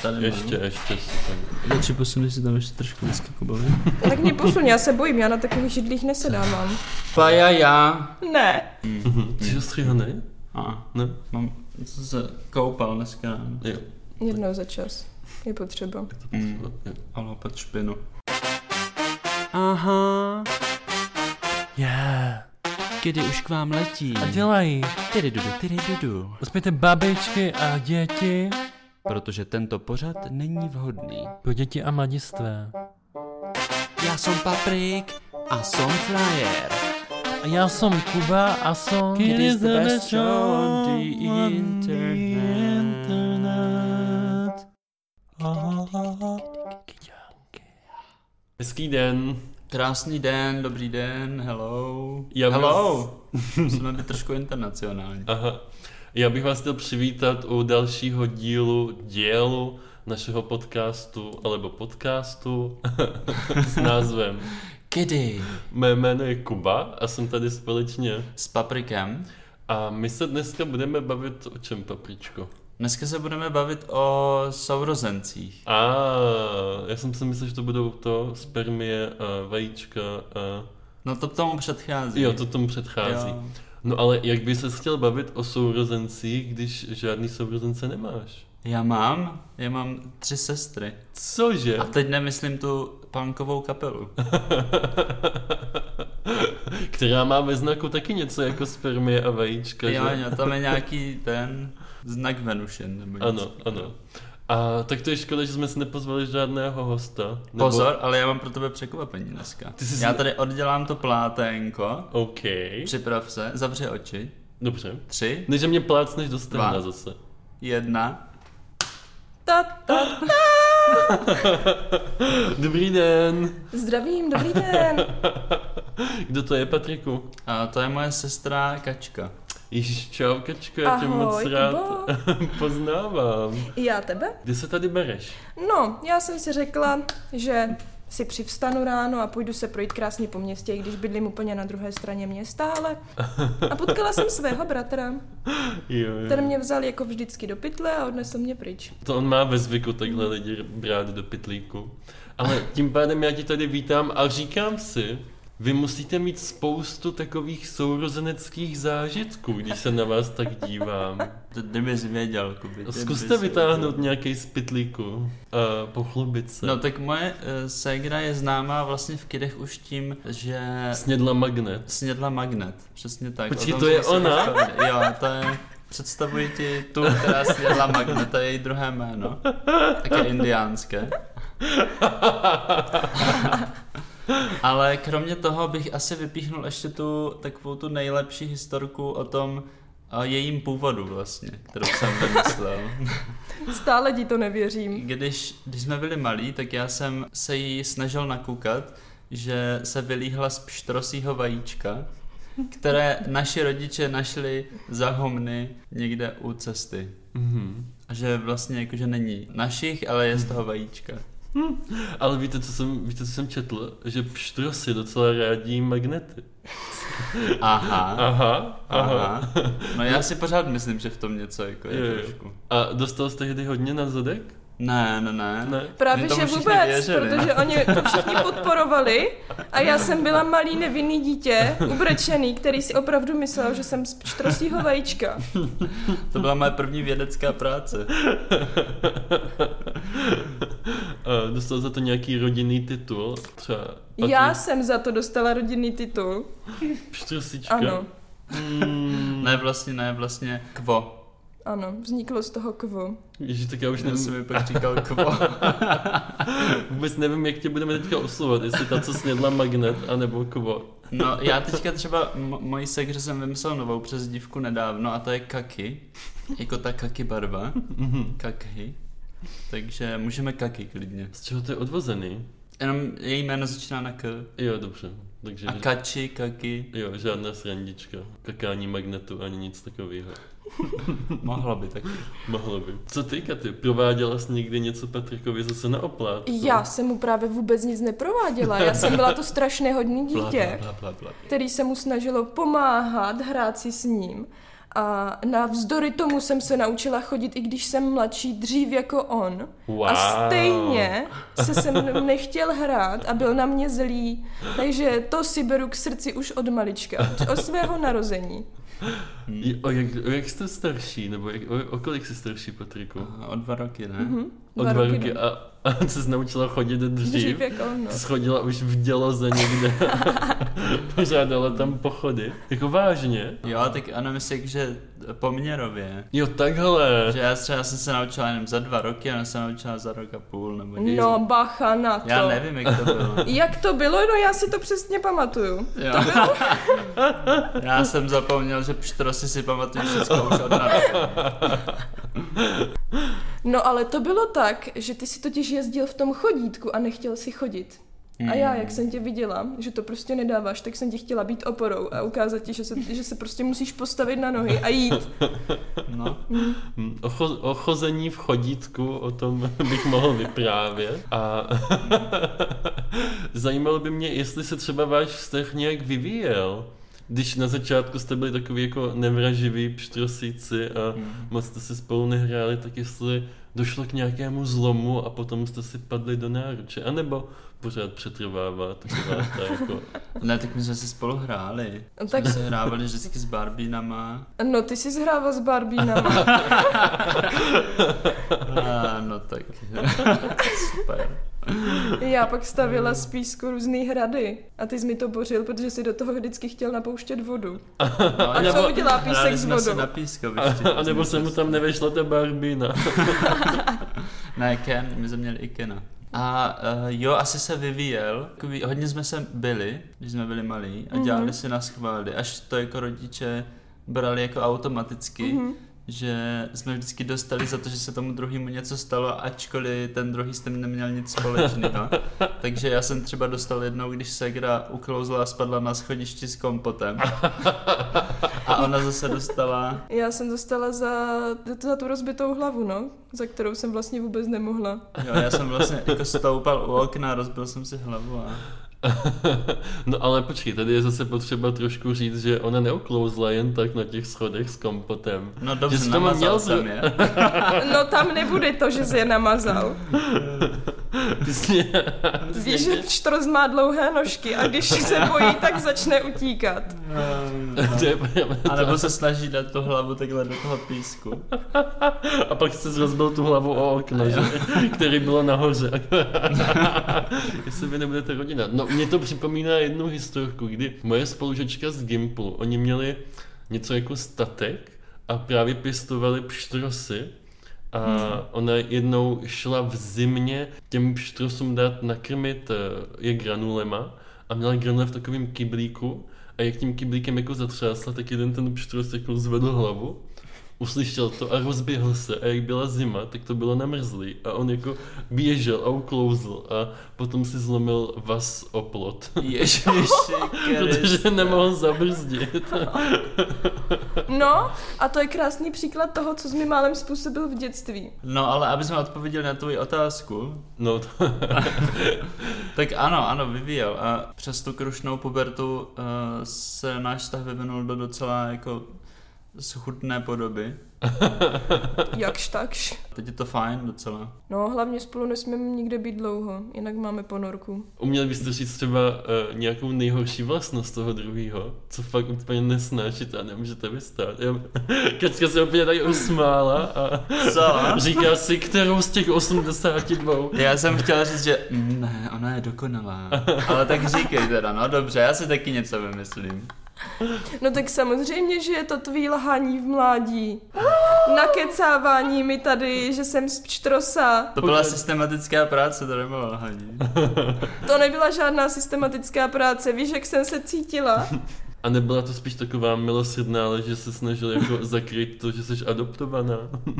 Tady ještě super. Radši posuneš si tam ještě trošku dneska Kubovi. Tak mě posuň, já se bojím, já na takových židlích nesedávám. Paja já. Ne. Jsi ostříhaný? Ne. Jsem se koupal dneska. Jo. Jednou za čas. Je potřeba. Ale opět špinu. Aha. Yeah. Kdy už k vám letí. A dělají. Tyrydudu. Uspějte babičky a děti. Protože tento pořad není vhodný. Pro děti a mladistvé. Já jsem Paprik a jsem Flyer. A já jsem Kuba a jsem It is the best show on the internet. Hezký den. Krásný den, dobrý den, hello. Hello. Musíme být trošku internacionální. Aha. Já bych vás chtěl přivítat u dalšího dílu našeho podcastu s názvem Kdy? Mé jméno je Kuba a jsem tady společně S Paprikem. a my se dneska budeme bavit o čem, Papričko? Dneska se budeme bavit o sourozencích. Já jsem si myslel, že to budou spermie a vajíčka a... No to tomu předchází. Jo, to tomu předchází. Jo. No ale jak by ses chtěl bavit o sourozencích, když žádný sourozence nemáš? Já mám 3 sestry. Cože? A teď nemyslím tu punkovou kapelu. Která má ve znaku taky něco jako spermie a vajíčka, Jo, že? tam je nějaký ten znak Venušin. Nebo něco. Ano. A tak to je škoda, že jsme si nepozvali žádného hosta. Nebo... Pozor, ale já mám pro tebe překvapení dneska. Já tady oddělám to pláténko. OK. Připrav se, zavři oči. Dobře. 3, Než mě plácneš do stehna 2, zase. 1. Dobrý den. Zdravím, dobrý den. Kdo to je, Patriku? A to je moje sestra Kačka. Ježiš, čau, Kačko, já tě Ahoj, moc rád Kubo. poznávám. I já tebe? Kde se tady bereš? No, já jsem si řekla, že si přivstanu ráno a půjdu se projít krásně po městě, i když bydlím úplně na druhé straně města, ale... A potkala jsem svého bratra. Jo. Ten mě vzal jako vždycky do pytle a odnesl mě pryč. To on má ve zvyku takhle lidi brát do pytlíku. Ale tím pádem já ti tady vítám a říkám si, vy musíte mít spoustu takových sourozeneckých zážitků, když se na vás tak dívám. Kdybys věděl, Kubi. Zkuste vytáhnout nějaký z pytlíku a pochlubit se. No tak moje ségra je známá vlastně v Kidech už tím, že... Snědla magnet. Snědla magnet, přesně tak. Počkej, to je ona? Jo, to je... Představuji ti tu, která snědla magnet, to je její druhé jméno. Také indiánské. Ale kromě toho bych asi vypíchnul ještě takovou tu nejlepší historku o tom jejím původu vlastně, kterou jsem vymyslel. Stále ti to nevěřím. Když jsme byli malí, tak já jsem se jí snažil nakoukat, že se vylíhla z pštrosího vajíčka, které naši rodiče našli za humny někde u cesty. Mm-hmm. A že vlastně jakože není našich, ale je z toho vajíčka. Ale víte, co jsem četl? Že pštrosy docela rádi magnety. Aha. No já si pořád myslím, že v tom něco jako je trošku. A dostal jste tehdy hodně na zadek? Ne. Právě že vůbec, protože oni to všichni podporovali a já jsem byla malý nevinný dítě, ubrečený, který si opravdu myslel, že jsem z pštrosího vajíčka. To byla moje první vědecká práce. A dostal za to nějaký rodinný titul? Třeba Já jsem za to dostala rodinný titul. Pštrosička? Ano. Ne, vlastně kvo. Ano, vzniklo z toho kvo. Ježi, tak já už Já jsem mi pak říkal kvo. Vůbec nevím, jak tě budeme teďka oslovovat, jestli ta, co snědla magnet, anebo kvo. No, já teďka třeba mojí segře jsem vymyslel novou přezdívku nedávno a to je Kaki. Jako ta Kaki barva. Kaki. Takže můžeme Kaki klidně. Z čeho to je odvozený? Jenom její jméno začíná na K. Jo, dobře. Takže... A Kači, Kaki. Jo, žádná srandička. Kakání magnetu ani nic takového. Mohlo by taky. Mohlo by. Co ty, Katy? Prováděla jsi někdy něco Patrikovi zase na oplátku? Já jsem mu právě vůbec nic neprováděla. Já jsem byla to strašně hodný dítě, Bla. který se mu snažilo pomáhat, hrát si s ním. A navzdory tomu jsem se naučila chodit, i když jsem mladší, dřív jako on. Wow. A stejně se mnou nechtěl hrát a byl na mě zlý. Takže to si beru k srdci už od malička, od svého narození. Jak jste starší? Nebo o kolik jsi starší, Patriku? O 2 roky, ne? Mhm. O 2 roky. A jsi naučila chodit dřív? Jako on, no. Jsi chodila už v děloze někde. Pořádala tam pochody. Jako vážně? Jo, tak ano, myslím, že poměrově. Jo, takhle. Že já třeba jsem se naučila jenom za 2 roky, a ona se naučila za rok a půl, nebo někdy. No, bacha na to. Já nevím, jak to bylo. Jak to bylo? No já si to přesně pamatuju. Jo. Já jsem zapomněl, že pštrosy si pamatuju všechno už od No ale to bylo tak, že ty si totiž jezdil v tom chodítku a nechtěl si chodit. A já, jak jsem tě viděla, že to prostě nedáváš, tak jsem ti chtěla být oporou a ukázat ti, že se prostě musíš postavit na nohy a jít. No. O chození v chodítku, o tom bych mohl vyprávět. A zajímalo by mě, jestli se třeba váš vztah nějak vyvíjel. Když na začátku jste byli takový jako nevraživí pštrosíci a moc jste si spolu nehráli, tak jestli došlo k nějakému zlomu a potom jste si padli do náruče, anebo pořád přetrvává taková ta jako... Ne, tak my jsme si spolu hráli. Tak... Jsme se hrávali vždycky s Barbínama. No, ty jsi zhrával s Barbínama. No tak. Super. Já pak stavěla z písku různý hrady a ty jsi mi to bořil, protože jsi do toho vždycky chtěl napouštět vodu. No, a co udělá písek s vodou? Na pískovišti. A nebo se mu tam nevešla ta Barbína. Ne, Ken, my jsme měli i Kena. A jo, asi se vyvíjel. Hodně jsme se byli, když jsme byli malí a dělali si na schvály, až to jako rodiče brali jako automaticky, že jsme vždycky dostali za to, že se tomu druhému něco stalo, ačkoliv ten druhý s tím neměl nic společného. Takže já jsem třeba dostal jednou, když ségra uklouzla a spadla na schodišti s kompotem. A ona zase dostala... Já jsem dostala za tu rozbitou hlavu, no, za kterou jsem vlastně vůbec nemohla. Jo, já jsem vlastně jako stoupal u okna, rozbil jsem si hlavu a... No ale počkej, tady je zase potřeba trošku říct, že ona neoklouzla jen tak na těch schodech s kompotem. No dobře, namazal jsem je. No tam nebude to, že jsi je namazal. Víš, že pštros má dlouhé nožky a když se bojí, tak začne utíkat. A nebo se snaží dát tu hlavu takhle do toho písku. A pak se rozbil tu hlavu o okno, že? Který bylo nahoře. Jestli vy nebudete rodina. No, mě to připomíná jednu historku, kdy moje spolužačka z Gimplu, oni měli něco jako statek a právě pěstovali pštrosy a ona jednou šla v zimě těm pštrosům dát nakrmit je granulema a měla granule v takovém kyblíku a jak tím kyblíkem jako zatřásla, tak jeden ten pštros jako zvedl hlavu, uslyšel to a rozběhl se a jak byla zima, tak to bylo namrzlý a on jako běžel a uklouzl a potom si zlomil vaz o plot. Ježiši, protože nemohl zabrzdit. No a to je krásný příklad toho, co jsi mi málem způsobil v dětství. No ale aby jsme odpověděli na tvoji otázku, No tak ano, vyvíjel a přes tu krušnou pubertu se náš vztah vyvinul do docela jako schutné podoby. Jakž takž. Teď je to fajn docela. No, hlavně spolu nesmíme nikde být dlouho, jinak máme ponorku. uměl byste říct třeba nějakou nejhorší vlastnost toho druhýho, co fakt úplně nesnášíte a nemůžete vystát. Kačka se opět tady usmála a Co? říká si, kterou z těch 82. Já jsem chtěl říct, že ne, ona je dokonalá. Ale tak říkej teda, no dobře, já si taky něco vymyslím. No tak samozřejmě, že je to tvý lhání v mládí. Nakecávání mi tady, že jsem z pštrosa. To byla systematická práce, to nebylo lhaní. To nebyla žádná systematická práce, víš, jak jsem se cítila? A nebyla to spíš taková milosrdná, ale že se snažil jako zakrýt to, že jsi adoptovaná.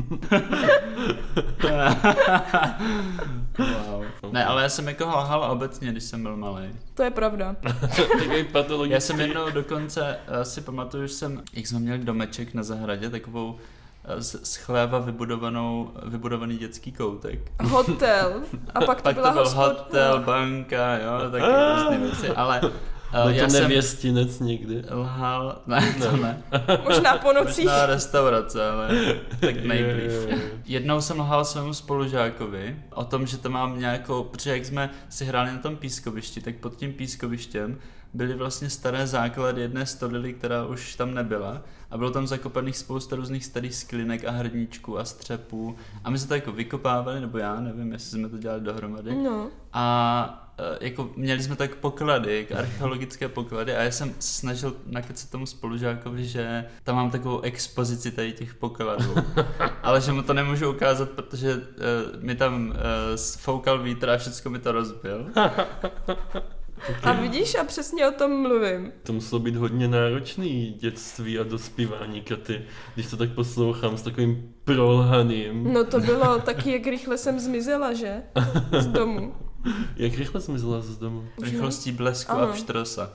Wow. Ne, ale já jsem jako lhal obecně, když jsem byl malej. To je pravda. Takový patologický. Já jsem jednou dokonce, si pamatuju, že jak jsme měli domeček na zahradě, takovou z chléva vybudovaný dětský koutek. Hotel. A pak to byla byl hospod... hotel, banka, jo, taky různé věci, ale to nevěstinec někdy. Lhal, ne, to ne. Možná po nocích. Možná restaurace, ale tak nejblíž. Jednou jsem lhal svému spolužákovi o tom, že tam mám nějakou, protože jak jsme si hráli na tom pískovišti, tak pod tím pískovištěm byly vlastně staré základy jedné stodily, která už tam nebyla a bylo tam zakopaných spousta různých starých sklinek a hrníčků a střepů a my jsme to jako vykopávali, nebo já nevím, jestli jsme to dělali dohromady. No. A jako měli jsme tak poklady, jako archeologické poklady a já jsem snažil nakecat tomu spolužákovi, že tam mám takovou expozici tady těch pokladů, ale že mu to nemůžu ukázat, protože mi tam foukal vítr a všechno mi to rozbil. A vidíš, a přesně o tom mluvím. To muselo být hodně náročný dětství a dospívání, Katy, když to tak poslouchám s takovým prolhaným. No to bylo taky, jak rychle jsem zmizela, že? Z domu. Jak rychle zmizela z domu? Rychlostí blesku a pštrosa.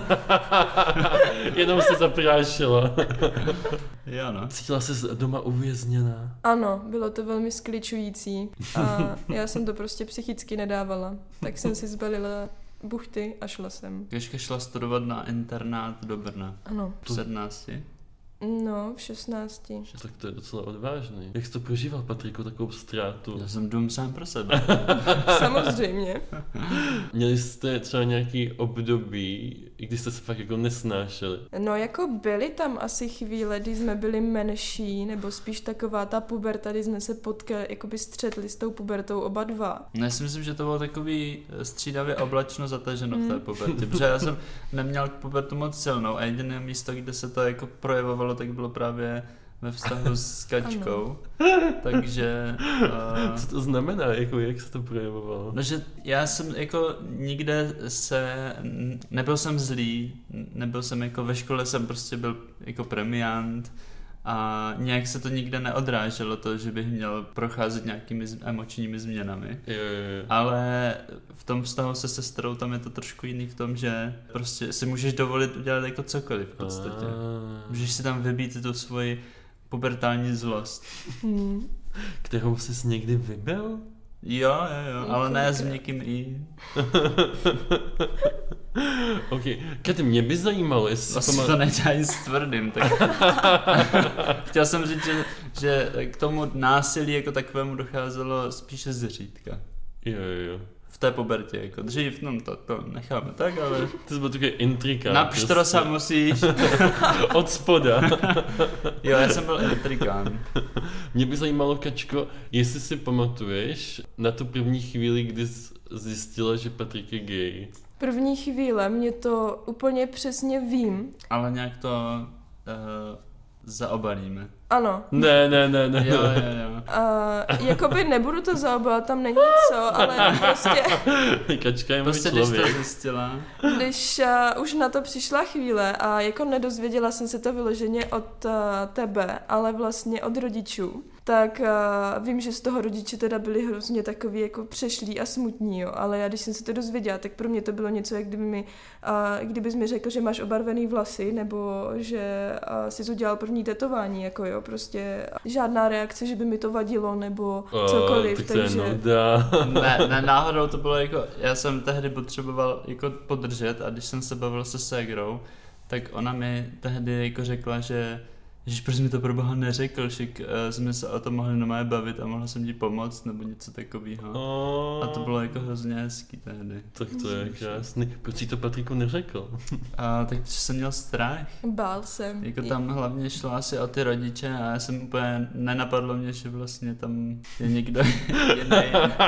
Jenom se zaprášila. Jo, no. Cítila se doma uvězněná. Ano, bylo to velmi skličující a já jsem to prostě psychicky nedávala. Tak jsem si zbalila buchty a šla jsem. Kaška šla studovat na internát do Brna. Ano. V 17. No, v 16. Tak to je docela odvážný. Jak jsi to prožíval, Patriku, takovou ztrátu? Já jsem dům sám pro sebe. Samozřejmě. Měli jste třeba nějaký období, kdy jste se fakt jako nesnášeli? No jako byly tam asi chvíle, kdy jsme byli menší, nebo spíš taková ta puberta, kdy jsme se potkali, jakoby střetli s tou pubertou oba dva. No, já si myslím, že to bylo takový střídavě oblačno zataženo v té pubertě, protože já jsem neměl pubertu moc silnou a jediné místo, kde se to jako projevovalo, tak bylo právě ve vztahu s Kačkou. Takže... Co to znamená? Jako, jak se to projevovalo? No, že já jsem jako nikde nebyl jsem zlý, nebyl jsem jako ve škole jsem prostě byl jako premiant a nějak se to nikde neodráželo to, že bych měl procházet nějakými emočními změnami. Jo. Ale v tom vztahu se sestrou tam je to trošku jiný v tom, že prostě si můžeš dovolit udělat jako cokoliv v podstatě. Můžeš si tam vybít tu svoji pubertální zlost. Kterou jsi někdy vybil? Jo, ale ne s někým i. Ok, Katy, mě by zajímalo, jestli... Vlastně to nedělají s tvrdým, tak... Chtěl jsem říct, že k tomu násilí jako takovému docházelo spíše zřídka. Jo. V té pubertě, jako dřív, no to necháme tak, ale... To byl takový intrikant. Na pštrosa prostě. musíš... Od spoda. Jo, já jsem byl intrikant. Mě by zajímalo, Kačko, jestli si pamatuješ na tu první chvíli, kdy jsi zjistila, že Patrik je gay. První chvíle, mě to úplně přesně vím. Ale nějak to zaobalíme. Ano. Ne. Jo. Jakoby nebudu to zaobalovat, tam není co, ale prostě... Kačka je můj prostě člověk. když to zjistila. Když už na to přišla chvíle a jako nedozvěděla jsem se to vyloženě od tebe, ale vlastně od rodičů, tak vím, že z toho rodiče teda byli hrozně takový jako přešlí a smutní, jo, ale já když jsem se to dozvěděla, tak pro mě to bylo něco, jak kdybys mi řekl, že máš obarvený vlasy, nebo že jsi udělal první tetování, jako jo, prostě žádná reakce, že by mi to vadilo, nebo cokoliv, tak takže... Ne, náhodou to bylo jako, já jsem tehdy potřeboval jako podržet a když jsem se bavil se ségrou, tak ona mi tehdy jako řekla, že Ježiš, proč mi to pro boha neřekl, že jsme se o tom mohli normálně bavit a mohla jsem ti pomoct, nebo něco takového. A to bylo jako hrozně hezký tehdy. Tak to je krásný. Proč jsi to Patriku neřekl? Tak jsem měl strach. Bál jsem. Jako tam hlavně šlo asi o ty rodiče a já jsem úplně, nenapadlo mě, že vlastně tam je někdo jiný.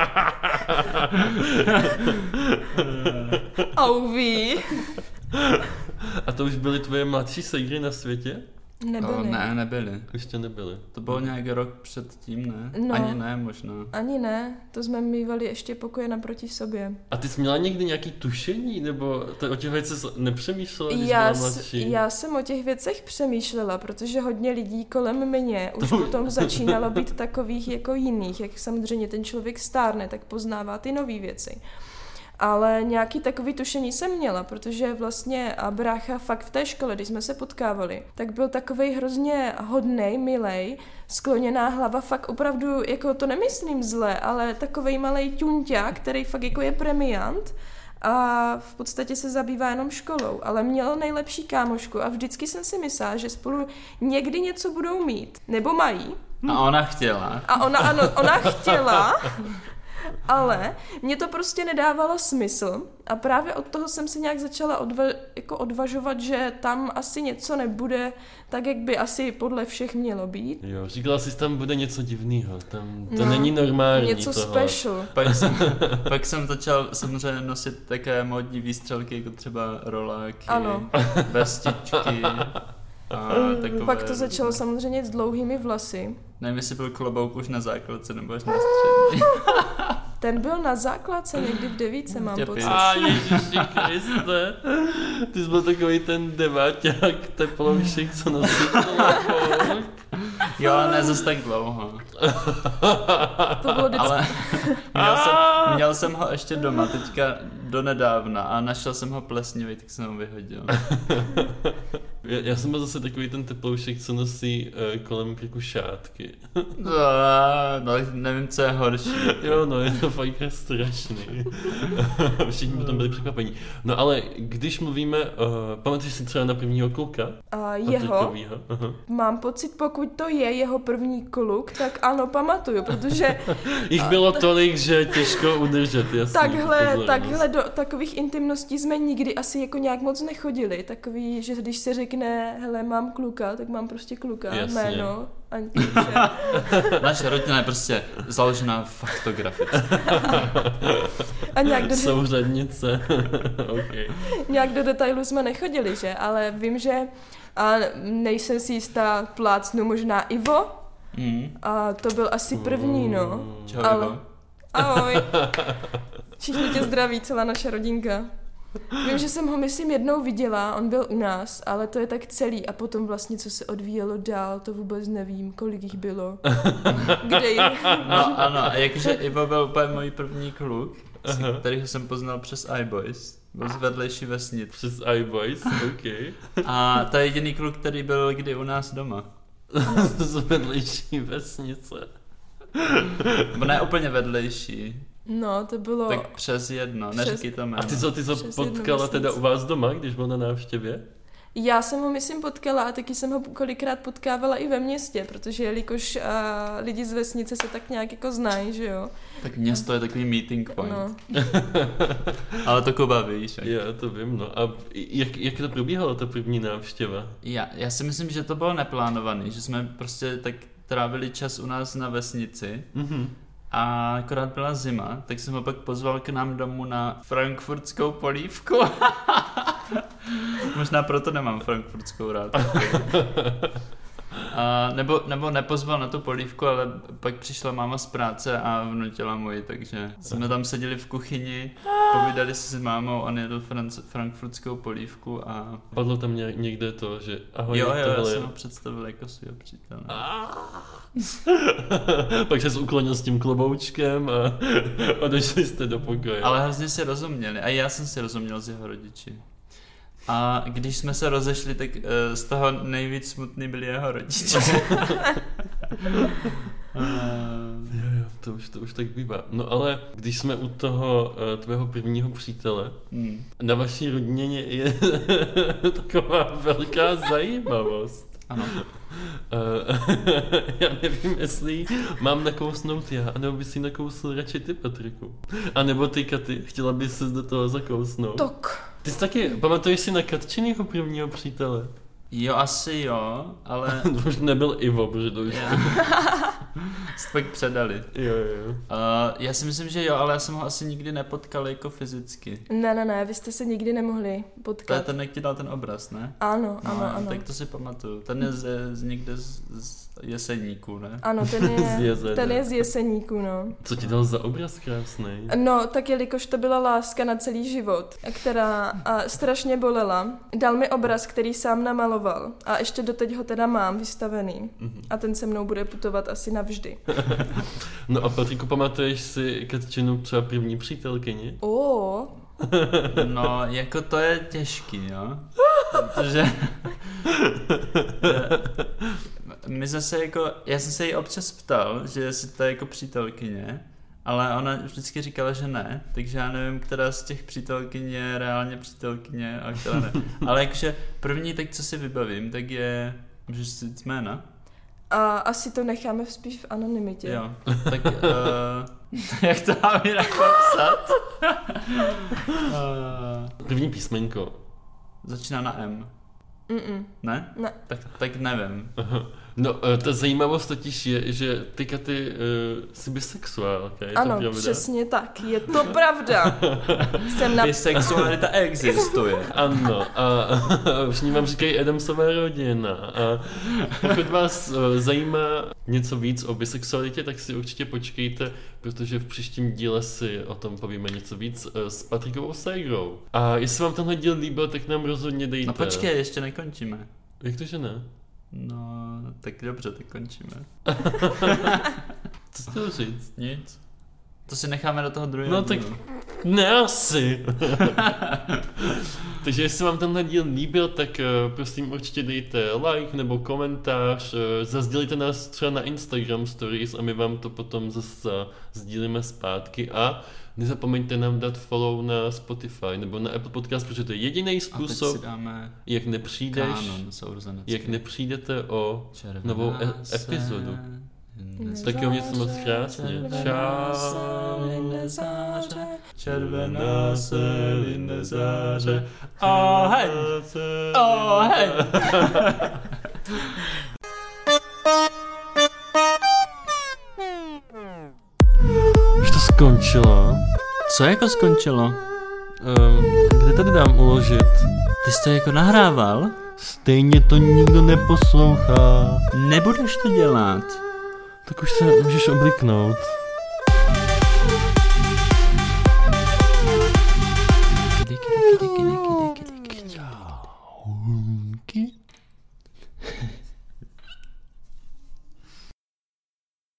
Auví. A to už byly tvoje mladší ségry na světě? Nebyly. Ne, nebyly. Ještě nebyly. To bylo nějak rok předtím, ne? No. Ani ne, možná. Ani ne, to jsme mývali ještě pokoje naproti sobě. A ty jsi měla někdy nějaký tušení, nebo o těch věcech nepřemýšlela, když byla mladší? Já jsem o těch věcech přemýšlela, protože hodně lidí kolem mě už potom začínalo být takových jako jiných, jak samozřejmě ten člověk stárne, tak poznává ty nové věci. Ale nějaký takový tušení jsem měla, protože vlastně brácha fakt v té škole, když jsme se potkávali, tak byl takovej hrozně hodnej, milej, skloněná hlava, fakt opravdu, jako to nemyslím zle, ale takovej malej ťunťák, který fakt jako je premiant a v podstatě se zabývá jenom školou, ale měl nejlepší kámošku a vždycky jsem si myslela, že spolu někdy něco budou mít, nebo mají. A ona chtěla. A ona chtěla, ale mě to prostě nedávalo smysl a právě od toho jsem si nějak začala odvažovat, že tam asi něco nebude tak, jak by asi podle všech mělo být. Jo, říkala jsi, tam bude něco divného, tam to není normální. Něco tohle. special. Pak jsem začal samozřejmě nosit také módní výstřelky, jako třeba roláky, Ano. vestičky a takové. Pak to začalo samozřejmě s dlouhými vlasy. Nevím, jestli byl klobouk už na základce nebo až na střední. Ten byl na základce někdy v 9, mám pocit. A Ježiši Kriste, ty jsi byl takový ten deváťák teploušek, co nosil klobouk. Jo, ale ne zase tak dlouho. To bylo vždycky. Ale měl jsem ho ještě doma teďka donedávna a našel jsem ho plesnivý, tak jsem ho vyhodil. Já jsem byl zase takový ten teploušek, co nosí kolem krku šátky. No, nevím, co je horší. Jo, no, je to fakt strašný. Všichni potom byli překvapení. No ale když mluvíme, pamatuješ si třeba na prvního kluka? Jeho? Mám pocit, pokud to je jeho první kluk, tak ano, pamatuju, protože... Jich bylo tolik, že těžko udržet, jasný. Takhle do takových intimností jsme nikdy asi jako nějak moc nechodili. Takový, že když se řekne, hele, mám kluka, tak mám prostě kluka, jasně. Jméno. Naše rodina je prostě založená faktograficky. A nějak Souřadnice. Okay. Nějak do detailu jsme nechodili, že? Ale vím, že a nejsem si jistá, plácnu možná Ivo. A to byl asi první, no. Čau, Ivo. Ahoj. Všichni tě zdraví, celá naše rodinka. Vím, že jsem ho, myslím, jednou viděla, on byl u nás, ale to je tak celý a potom vlastně, co se odvíjelo dál, to vůbec nevím, kolik jich bylo, kde jich. No ano, a jakože Ivo byl úplně můj první kluk, kterýho jsem poznal přes iBoys, byl z vedlejší vesnice. Přes iBoys, ok. A to je jediný kluk, který byl kdy u nás doma. Z vedlejší vesnice. Ne úplně vedlejší. No, to bylo... Tak přes jedno, neříkej to jméno. A ty co potkala teda u vás doma, když byl na návštěvě? Já jsem ho, myslím, potkala a taky jsem ho kolikrát potkávala i ve městě, protože jelikož lidi z vesnice se tak nějak jako znají, že jo. Tak město je takový meeting point. No. Ale to Kuba víš. Já to vím, no. A jak to probíhalo, ta první návštěva? Já si myslím, že to bylo neplánovaný, že jsme prostě tak trávili čas u nás na vesnici. A akorát byla zima, tak jsem ho pak pozval k nám domů na frankfurtskou polívku. Možná proto nemám frankfurtskou rád. Nebo nepozval na tu polívku, ale pak přišla máma z práce a vnutila moji, takže jsme tam seděli v kuchyni, povídali si s mámou, on jedl frankfurtskou polívku a... Padlo tam někde to, že ahoj, Jo, já jsem ho představil jako svýho přítele. Pak se uklonil s tím kloboučkem a odešli jste do pokoje. Ale hrozně si rozuměli a já jsem si rozuměl s jeho rodiči. A když jsme se rozešli, tak z toho nejvíc smutný byli jeho rodiče. Jo, to už tak bývá. No ale když jsme u toho tvého prvního přítele, na vaší rodině je taková velká zajímavost. Ano. Já nevím, jestli mám nakousnout já, anebo bys si nakousl radši ty, Patriku. A nebo ty, Katy, chtěla bys se do toho zakousnout. Tak. Ty jsi taky, pamatuješ si na Katčinýho prvního přítele? Jo, asi jo, ale... To už nebyl Ivo, protože to už... Jste pak předali. Jo. Já si myslím, že jo, ale já jsem ho asi nikdy nepotkal jako fyzicky. Ne, vy jste se nikdy nemohli To je potkat. ten, jak ti dal ten obraz, ne? Ano. Tak to si pamatuju. Ten je někde z Jeseníků, ne? Ano, ten je z Jeseníků, no. Co ti dal za obraz krásný? No, tak jelikož to byla láska na celý život, která strašně bolela, dal mi obraz, který sám namaloval a ještě doteď ho teda mám vystavený a ten se mnou bude putovat asi navždy. No a Patriku, pamatuješ si Katčinu třeba první přítelkyni? No, jako to je těžký, jo? Protože... My zase jako... Já jsem se jí občas ptal, že jestli to je jako přítelkyně ale ona vždycky říkala, že ne, takže já nevím, která z těch přítelkyň je reálně přítelkyně a která ne. Ale jakože první, tak co si vybavím, tak je, můžeš si říct jména? A asi to necháme spíš v anonymitě. Jo, tak jak to mám jinak popsat? První písmenko. Začíná na M. Ne? Ne. Tak nevím. No, ta zajímavost totiž je, že ty jsi bisexuálka, je to Ano, pravda? přesně tak, je to pravda. Jsem na... Bisexualita existuje. Ano, a už ní vám říkají Adamsová rodina. A pokud vás zajímá něco víc o bisexualitě, tak si určitě počkejte, protože v příštím díle si o tom povíme něco víc s Patrikovou Saigrou. A jestli vám tenhle díl líbil, tak nám rozhodně dejte. No počkej, ještě nekončíme. Jak to, že ne? No, tak dobře, tak končíme. Co jsi chtěl říct? Nic. To si necháme do toho druhého. No tak ne asi. Takže jestli vám tenhle díl líbil, tak prosím určitě dejte like nebo komentář, zasdělíte nás třeba na Instagram stories a my vám to potom zase sdílíme zpátky a nezapomeňte nám dát follow na Spotify nebo na Apple Podcast, protože to je jediný způsob, jak nepřijdete o novou epizodu. Tak jo, něco moc krásně. Červená se line záře. Oheň! Oheň! Už to skončilo. Co jako skončilo? Kde tady dám uložit? Ty jsi to jako nahrával? Stejně to nikdo neposlouchá. Nebudeš to dělat. Tak už se můžeš obliknout.